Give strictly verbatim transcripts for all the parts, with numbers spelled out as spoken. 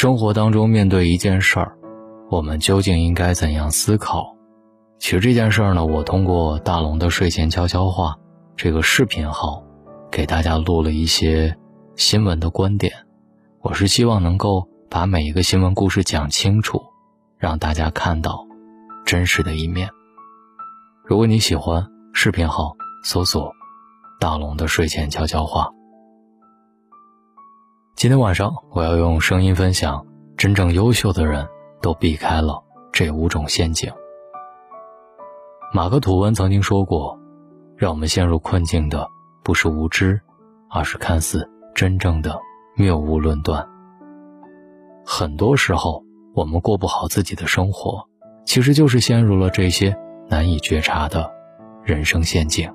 生活当中面对一件事儿，我们究竟应该怎样思考？其实这件事儿呢，我通过大龙的睡前悄悄话这个视频号给大家录了一些新闻的观点，我是希望能够把每一个新闻故事讲清楚，让大家看到真实的一面。如果你喜欢，视频号搜索大龙的睡前悄悄话。今天晚上我要用声音分享真正优秀的人都避开了这五种陷阱。马克吐温曾经说过，让我们陷入困境的不是无知，而是看似真正的谬误论断。很多时候我们过不好自己的生活，其实就是陷入了这些难以觉察的人生陷阱。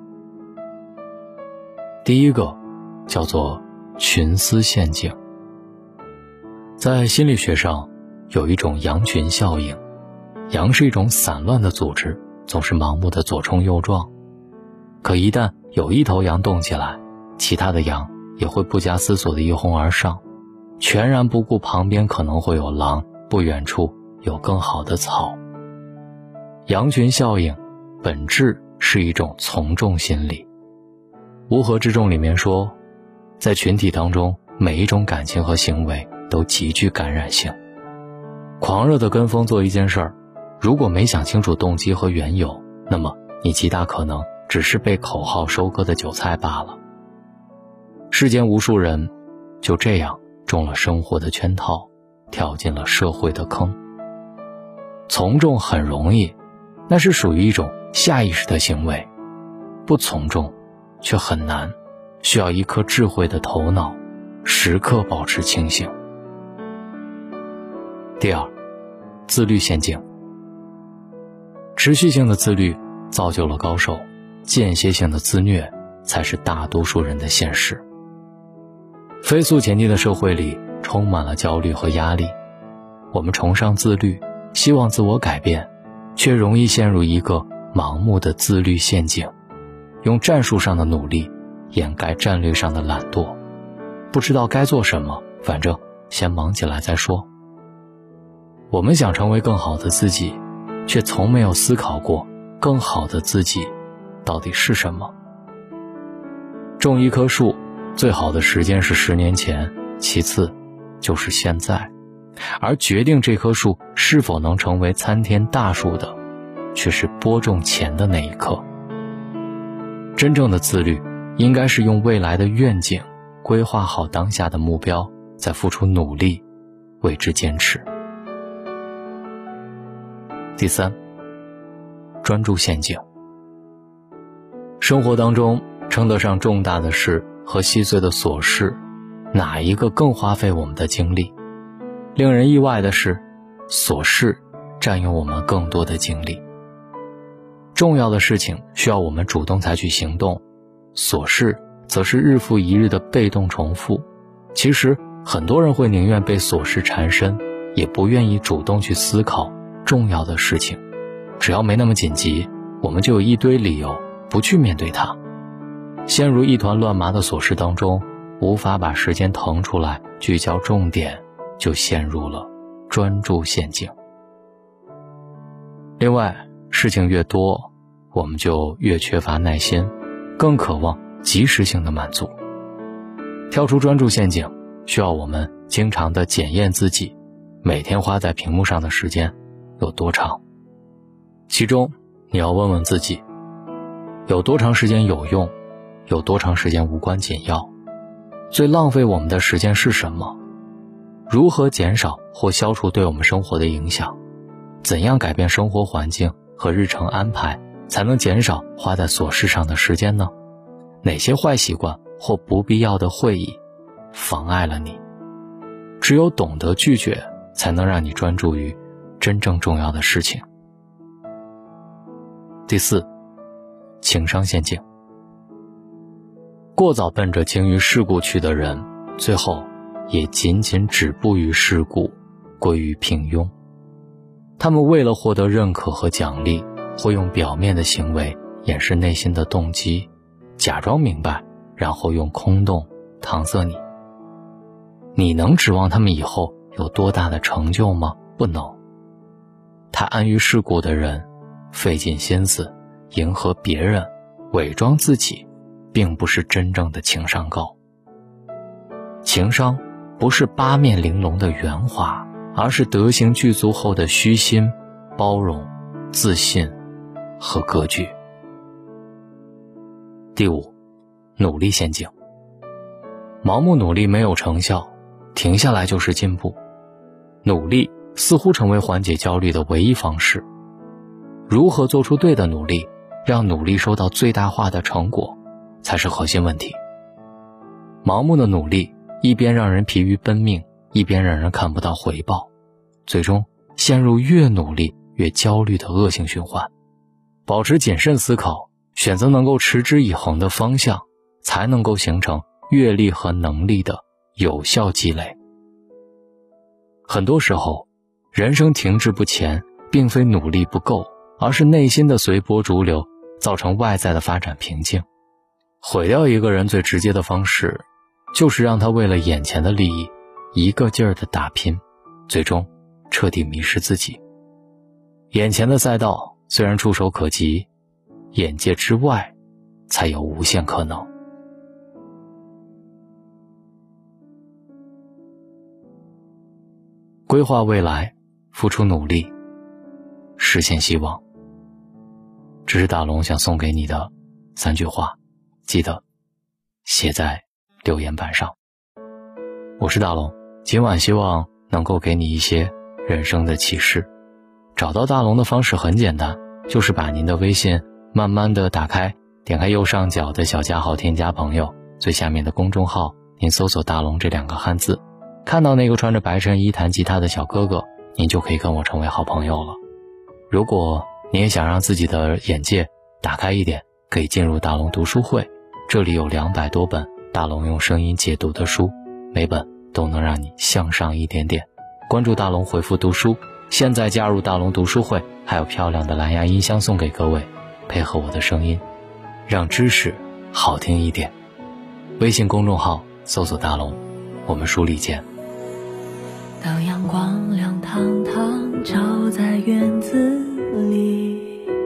第一个叫做群思陷阱。在心理学上有一种羊群效应，羊是一种散乱的组织，总是盲目的左冲右撞，可一旦有一头羊动起来，其他的羊也会不加思索的一哄而上，全然不顾旁边可能会有狼，不远处有更好的草。羊群效应本质是一种从众心理。乌合之众里面说，在群体当中，每一种感情和行为都极具感染性。狂热的跟风做一件事儿，如果没想清楚动机和缘由，那么你极大可能只是被口号收割的韭菜罢了。世间无数人就这样中了生活的圈套，跳进了社会的坑。从众很容易，那是属于一种下意识的行为，不从众却很难，需要一颗智慧的头脑，时刻保持清醒。第二，自律陷阱。持续性的自律造就了高手，间歇性的自虐才是大多数人的现实。飞速前进的社会里充满了焦虑和压力，我们崇尚自律，希望自我改变，却容易陷入一个盲目的自律陷阱，用战术上的努力掩盖战略上的懒惰，不知道该做什么，反正先忙起来再说。我们想成为更好的自己，却从没有思考过更好的自己到底是什么。种一棵树，最好的时间是十年前，其次就是现在，而决定这棵树是否能成为参天大树的，却是播种前的那一刻。真正的自律应该是用未来的愿景规划好当下的目标，再付出努力为之坚持。第三，专注陷阱。生活当中称得上重大的事和细碎的琐事，哪一个更花费我们的精力？令人意外的是，琐事占用我们更多的精力。重要的事情需要我们主动采取行动，琐事则是日复一日的被动重复。其实很多人会宁愿被琐事缠身，也不愿意主动去思考重要的事情。只要没那么紧急，我们就有一堆理由不去面对它。陷入一团乱麻的琐事当中，无法把时间腾出来聚焦重点，就陷入了专注陷阱。另外，事情越多，我们就越缺乏耐心，更渴望及时性的满足。跳出专注陷阱，需要我们经常的检验自己，每天花在屏幕上的时间有多长。其中你要问问自己，有多长时间有用，有多长时间无关紧要，最浪费我们的时间是什么？如何减少或消除对我们生活的影响？怎样改变生活环境和日程安排，才能减少花在琐事上的时间呢？哪些坏习惯或不必要的会议妨碍了你？只有懂得拒绝，才能让你专注于真正重要的事情。第四，情商陷阱。过早奔着精于世故去的人，最后也仅仅止步于世故，归于平庸。他们为了获得认可和奖励，会用表面的行为掩饰内心的动机，假装明白，然后用空洞搪塞你。你能指望他们以后有多大的成就吗？不能。太安于世故的人，费尽心思迎合别人，伪装自己，并不是真正的情商高。情商不是八面玲珑的圆滑，而是德行具足后的虚心、包容、自信和格局。第五，努力陷阱。盲目努力没有成效，停下来就是进步。努力似乎成为缓解焦虑的唯一方式。如何做出对的努力，让努力收到最大化的成果，才是核心问题。盲目的努力，一边让人疲于奔命，一边让人看不到回报，最终陷入越努力越焦虑的恶性循环。保持谨慎思考，选择能够持之以恒的方向，才能够形成阅历和能力的有效积累。很多时候，人生停滞不前，并非努力不够，而是内心的随波逐流，造成外在的发展瓶颈。毁掉一个人最直接的方式，就是让他为了眼前的利益，一个劲儿的打拼，最终彻底迷失自己。眼前的赛道虽然触手可及，眼界之外才有无限可能。规划未来，付出努力，实现希望。这是大龙想送给你的三句话，记得写在留言板上。我是大龙，今晚希望能够给你一些人生的启示。找到大龙的方式很简单，就是把您的微信慢慢的打开，点开右上角的小加号，添加朋友，最下面的公众号您搜索大龙这两个汉字，看到那个穿着白衬衣弹吉他的小哥哥，您就可以跟我成为好朋友了。如果你也想让自己的眼界打开一点，可以进入大龙读书会，这里有两百多本大龙用声音解读的书，每本都能让你向上一点点。关注大龙，回复读书，现在加入大龙读书会，还有漂亮的蓝牙音箱送给各位，配合我的声音，让知识好听一点。微信公众号搜索大龙，我们书里见。 当阳光亮堂堂照在院子里，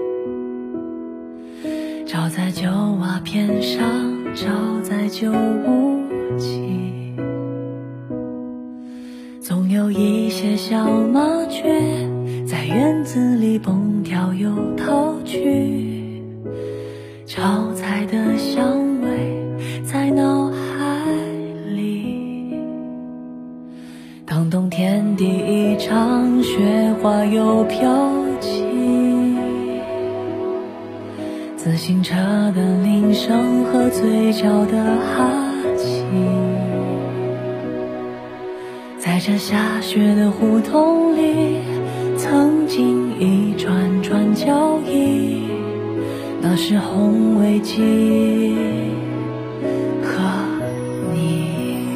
照在旧瓦片上，照在旧屋脊，总有一些小麻雀在院子里蹦跳又逃去，炒菜的香味在脑海里。当冬天第一场雪花又飘起，自行车的铃声和嘴角的哈气，在这下雪的胡同里，曾经一串串脚印，那是红围巾和你。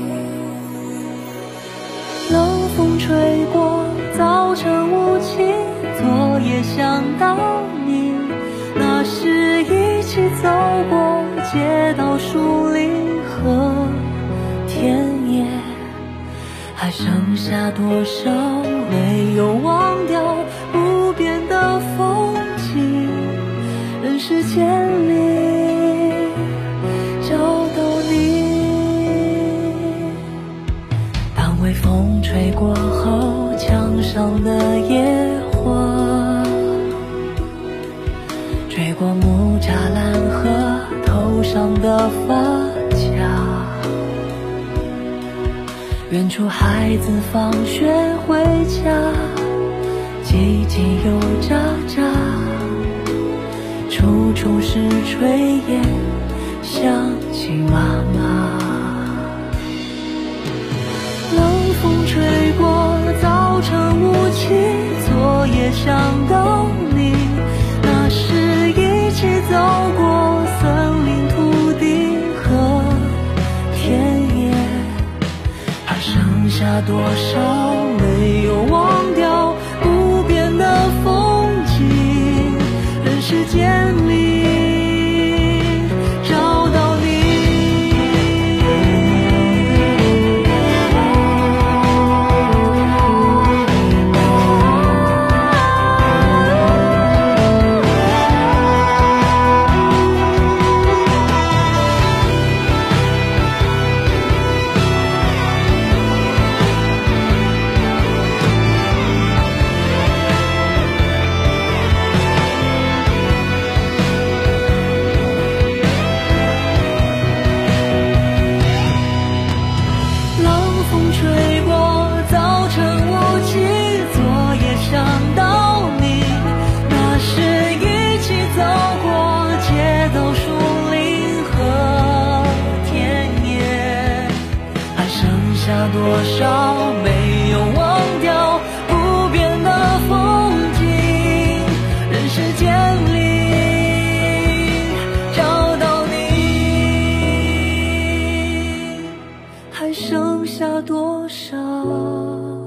冷风吹过，早晨雾气，昨夜想到你，那是一起走过街道、树林和田野，还剩下多少没有忘掉不变的风景？人世间里找到你。当微风吹过后，墙上的野花吹过木栅栏和头上的发卡，远处孩子放学回家，叽叽又喳喳，处处是炊烟，想起妈妈。冷风吹过，早晨雾气，昨夜想到你，那是一起走过森林、土地和田野，还剩下多少没有忘掉不变的风景？人世间里找到你。 多少没有忘掉不变的风景，人世间里找到你，还剩下多少？